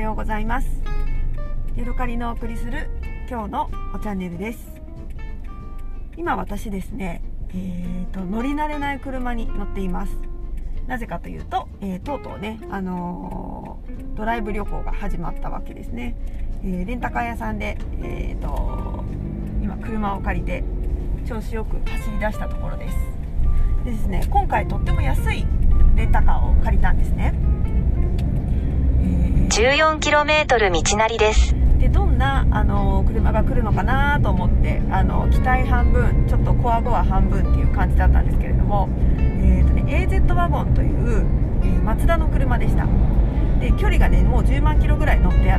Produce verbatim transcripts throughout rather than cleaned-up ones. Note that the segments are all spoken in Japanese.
ようございます。ヤドカリのお送りする今日のおチャンネルです。今私ですね、えーと、乗り慣れない車に乗っています。なぜかというと、えー、とうとうね、あのー、ドライブ旅行が始まったわけですね。えー、レンタカー屋さんで、えーと、今車を借りて調子よく走り出したところです。でですね、今回とっても安いレンタカーを借りたんですね。 じゅうよんキロメートル 道なりです。 でどんなあの車が来るのかなと思ってあの期待半分ちょっとコアゴア半分っていう感じだったんですけれども、えーとね、エーゼット ワゴンという、えー、マツダの車でした。で距離がねもうじゅうまんキロぐらい乗ってあって、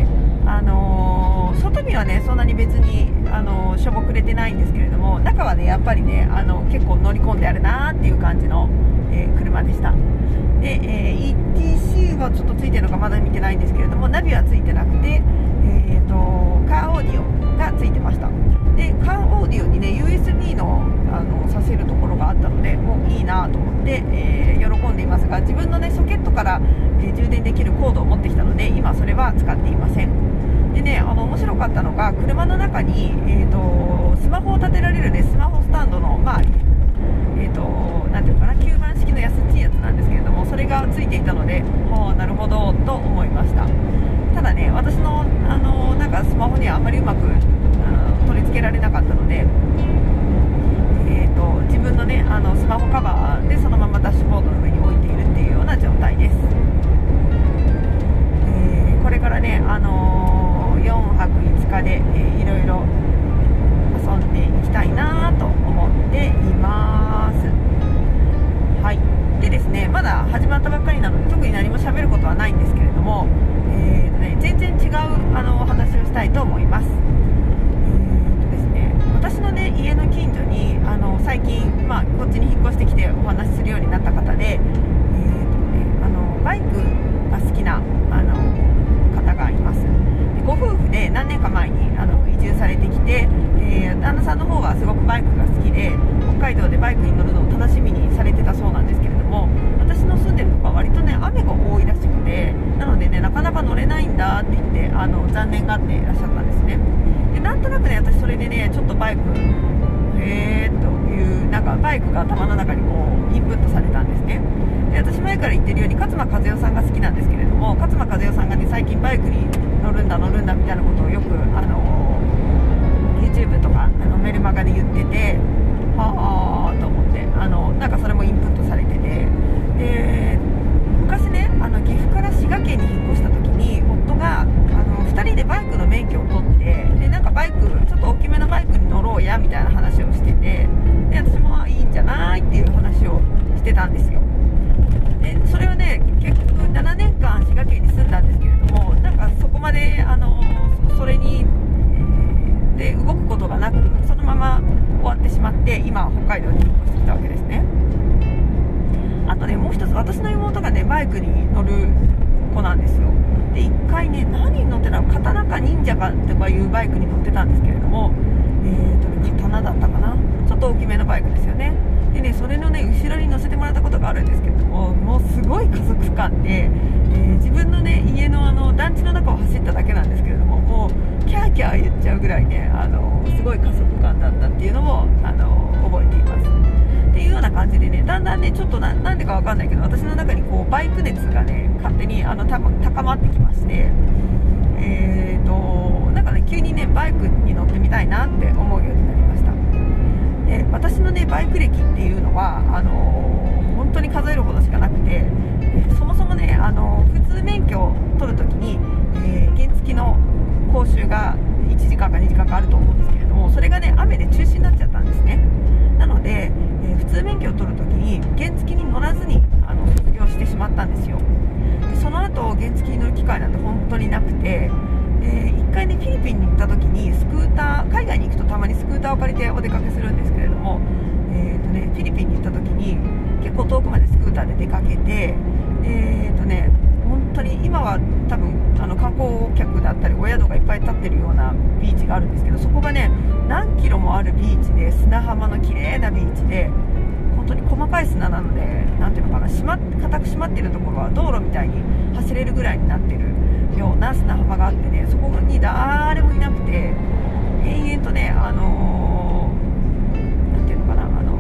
あのー、外見はねそんなに別に、あのー、しょぼくれてないんですけれども、中はねやっぱりねあの結構乗り込んであるなっていう感じの、えー、車でした。で、えー、イーティーシー はちょっとついてるのかまだ見てないんですけれども、ナビはついてなくて、えー、とカーオーディオがついてました。でカーオーディオにね ユーエスビー の, あのさせるところがあったのでもういいなと思って、えー、喜んでいますが、自分のねソケットから、えー、充電できるコードを持ってきたので今それは使っていません。でね、あの面白かったのが車の中に、えー、とスマホを立てられる、ね、スマホスタンドの、まあえー、となんていうのかな、吸盤式の安っちいやつなんですけれども、それがついていたので、はあなるほどと思いました。ただね、私の、あのなんかスマホにはあまりうまくあ取り付けられなかったので、えー、と自分のねあのスマホカバーでそのままダッシュボードの上に置いているっていうような状態です。えー、これからね、あのー、よんはくいつかで、えー、いろいろ遊んでいきたいなと思っています。はい。でですね、まだ始まったばっかりなので特に何も喋ることはないんですけれども、えーとね、全然違うあのお話をしたいと思います。えーとですね、私のね家の近所にあの最近、まあ、こっちに引っ越してきてお話しするようになった方で、えーとね、あのバイクが好きなあの方がいます。ご夫婦で何年か前にあの移住されてきて、えー、旦那さんの方はすごくバイクが好きで北海道でバイクに乗るのを楽しみにされてたそうなんですけれども、私の住んでるとこは割とね雨が多いらしくて、なのでねなかなか乗れないんだって言ってあの残念がっていらっしゃったんですね。でなんとなくね私それでねちょっとバイクへーというなんかバイクが頭の中にこうインプットされたんですね。で私前から言ってるように勝間和代さんが好きなんですけれども、勝間和代さんがね最近バイクに乗るんだ乗るんだみたいなことをよくあの YouTube とかあのメルマガで言ってて、はあと思ってあのなんかそれもインプットされてて、で昔ねあの岐阜から滋賀県に引っ越した時に夫があのふたりでバイクの免許を取って、でなんかバイクちょっと大きめのバイクに乗ろうやみたいな話をしてて、で私もいいんじゃないっていう話をしてたんですよ。でそれはね結局ななねんかん滋賀県に住んだんですけれども、なんかそこまであの そ, それにで動くことがなくそのまま終わってしまって、今北海道に引っ越してきたわけですね。あとねもう一つ、私の妹がねバイクに乗る子なんですよ。で一回ね何に乗ってたの、刀か忍者かとかいうバイクに乗ってたんですけれども、えーとね刀だったかな、ちょっと大きめのバイクですよね。でねそれのね後ろに乗せてもらったことがあるんですけれども、もうすごい加速感で、えー、自分のね家のあの団地の中を走っただけなんですけれども、もうキャーキャー言っちゃうぐらいねあのすごい加速感だったっていうのもあの覚えています。っていうような感じでね、だんだんねちょっと な, なんでかわかんないけど私の中にこうバイク熱がね勝手にあのた高まってきまして、えーとなんかね急にねバイクに乗ってみたいなって思うようになりました。で私のねバイク歴っていうのはあの本当に数えるほどしかなくて、そもそもねあの普通免許を取るときに、えー、原付の講習がいちじかんかにじかんかあると思うんですけれども、それがね雨で中止になっちゃったんですね。なので、えー、普通免許を取るときに原付に乗らずにあの卒業してしまったんですよ。でその後原付に乗る機会なんて本当になくて、でいっかいねフィリピンに行った時にスクーター、海外に行くとたまにスクーターを借りてお出かけするんですけれども、えーとね、フィリピンに行った時に結構遠くまでスクーターで出かけて、えーとね本当に今は多分あの観光客だったりお宿がいっぱい立ってるようなビーチがあるんですけど、そこがね何キロもあるビーチで砂浜の綺麗なビーチで、本当に細かい砂なのでなんていうのかな、しま固く締まってるところは道路みたいに走れるぐらいになってるような砂浜があってね、そこに誰もいなくて、延々とね、あのー、なんていうのかな、あの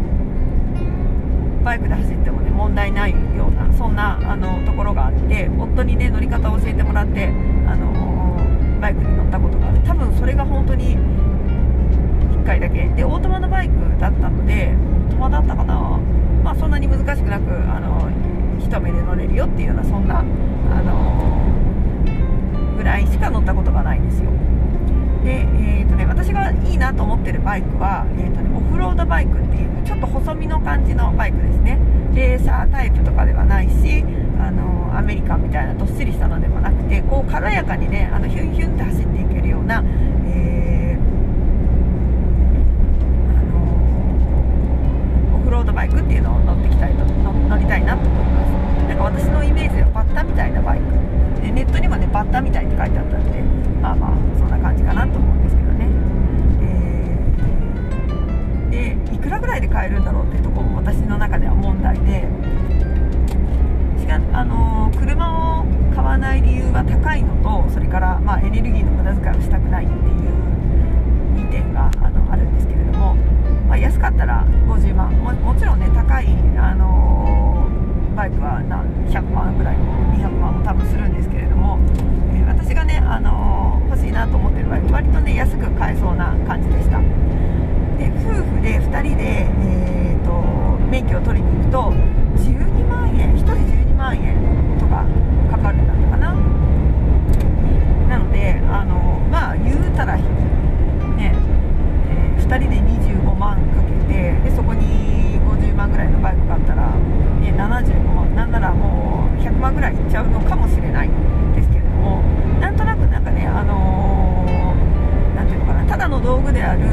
ー、バイクで走ってもね問題ないような、そんなあのところがあって、夫にね乗り方を教えてもらって、あのー、バイクに乗ったことがある。多分それが本当にいっかいだけで、オートマのバイクだったので、オートマだったかな、まあそんなに難しくなく、あのー、一目で乗れるよっていうような、そんな、あのー、ぐらいしか乗ったことがないんですよ。で、えーとね、私がいいなと思ってるバイクは、えーとね、オフロードバイクっていうちょっと細身の感じのバイクですね。レーサータイプとかではないし、あのアメリカンみたいなどっしりしたのでもなくて、こう軽やかにね、あのヒュンヒュンって走っていけるような、えーあのオフロードバイクっていうのを乗ってきたいと乗りたいなと思います。なんか私のイメージではバッタみたいなバイクで、ネットにもねバッタみたいって書いてあったんで、まあまあそんな感じかなと思うんですけどね。えー、でいくらぐらいで買えるんだろうっていうところも私の中では問題で、しかあのー、車を買わない理由は高いのと、それから、まあ、エネルギーの無駄遣いをしたくないっていうにてんがあのあるんですけれども、まあ、安かったらごじゅうまん も, もちろんね高い、あのー、バイクはなひゃくまんぐらいもにひゃくまんも多分するんですけれども、えー、私がね、あのー、欲しいなと思ってる場合は割とね安く買えそうな感じでした。で夫婦でふたりで、えー、と免許を取りに行くとじゅうにまんえん、ひとりじゅうにまんえんとかかかるんだったかな。なので、あのまあ言うたらね、えー、ふたりでにじゅうごまんかけて、でそこにごじゅうまんぐらいのバイク買ったら、ね、ななじゅうごまん、なんならもうひゃくまんぐらいいっちゃうのかもしれないですけれども、なんとなくなんかね、あのー、なんていうのかな、ただの道具である、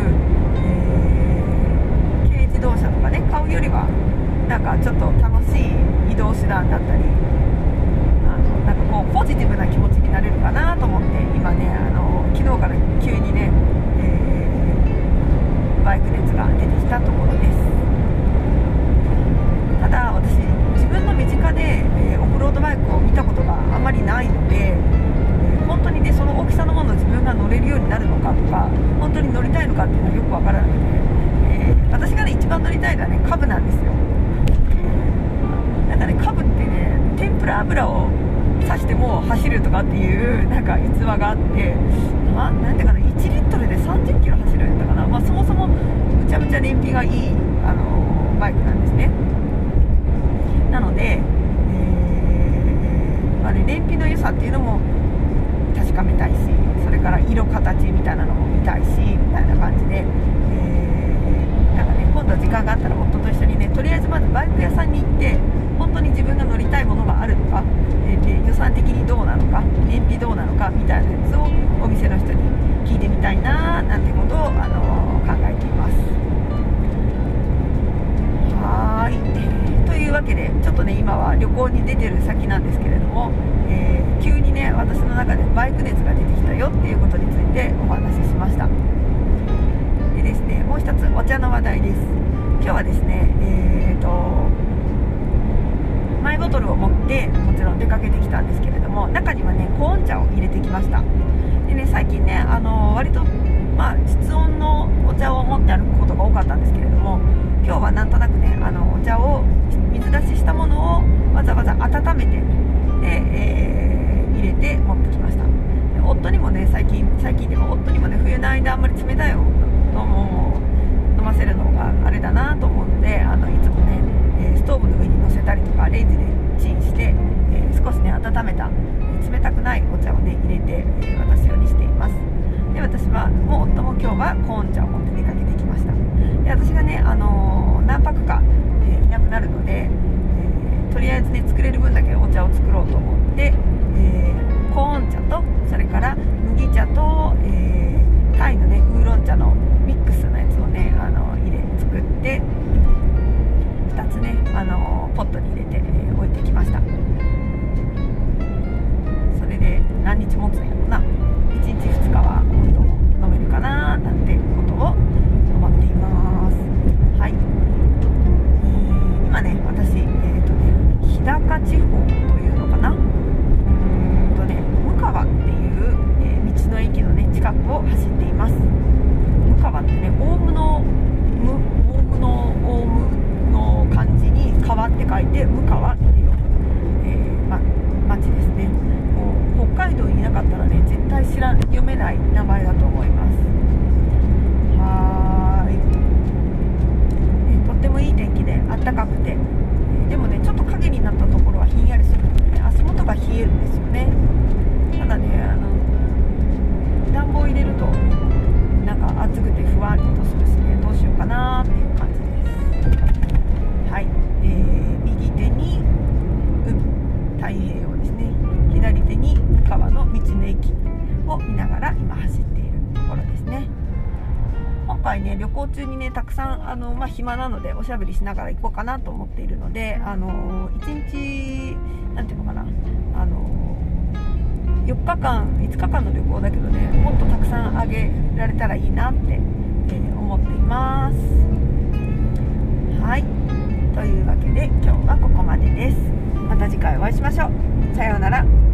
自動車とかね買うよりはなんかちょっと楽しい移動手段だったり、あのなんかこうポジティブな気持ちになれるかなと思って、今ね、あの昨日から急にね、えー、バイク熱が出てきたところです。ただ私自分の身近で、えー、オフロードバイクを見たことがあまりないので、えー、本当にねその大きさのものを自分が乗れるようになるのかとか、本当に乗りたいのかっていうのはよくわからなくて、私がね一番乗りたいのはねカブなんですよ。なんかねカブってね天ぷら油を刺しても走るとかっていうなんか逸話があって、ななんていうかな、いちリットルでさんじゅっキロ走るんだったかな、まあ、そもそもむちゃむちゃ燃費がいい、あのー、バイクなんですね。なので、えーまあね、燃費の良さっていうのも確かめたいし、それから色形みたいなのも見たいしみたいな感じで、なんかね、今度時間があったら夫と一緒にね、とりあえずまずバイク屋さんに行って、本当に自分が乗りたいものがあるのか、えー、予算的にどうなのか、燃費どうなのかみたいなやつをお店の人に聞いてみたいななんてことを、あのー、考えています。はーい、というわけでちょっとね今は旅行に出てる先なんですけれども、えー、急にね私の中でバイク熱が出てきたよっていうことについてお話ししました。でですね、もう一つお茶の話題です。今日はですね、えーとマイボトルを持ってもちろん出かけてきたんですけれども、中にはねコーン茶を入れてきました。でね、最近ね、あのー、割とまあ室温のお茶を持って歩くことが多かったんですけれども、今日はなんとなくね、あのお茶を水出ししたものをわざわざ温めて、で、えー、入れて持ってきました。で夫にもね、最近最近でも夫にもね、冬の間あんまり冷たいのを飲ませるのがあれだなと思うので、あのいつもね、えー、ストーブの上に乗せたりとかレンジでチンして、えー、少しね温めた、えー、冷たくないお茶をね入れて、えー、渡すようにしています。で私はもう夫も今日はコーン茶を持って出かけてきました。で私がね、あのー、何泊か、えー、いなくなるので、えー、とりあえずね作れる分だけお茶を作ろうと思って、えー、コーン茶とそれから麦茶と、えー、タイのねウーロン茶のミックスのやつをね、あの入れ作ってふたつね、あのポットに入れて、えー、置いてきました。それで何日持つんやろな、いちにちふつかは飲めるかななんてことを思っています。はい、えー、今ね私、えーとね、日高地方というのかな、うーんとね、 中にねたくさんあの、まあ、暇なのでおしゃべりしながら行こうかなと思っているので、あのいちにちなんていうのかな、あのよっかかんいつかかんの旅行だけどね、もっとたくさんあげられたらいいなって、えー、思っています。はい、というわけで今日はここまでです。また次回お会いしましょう。さようなら。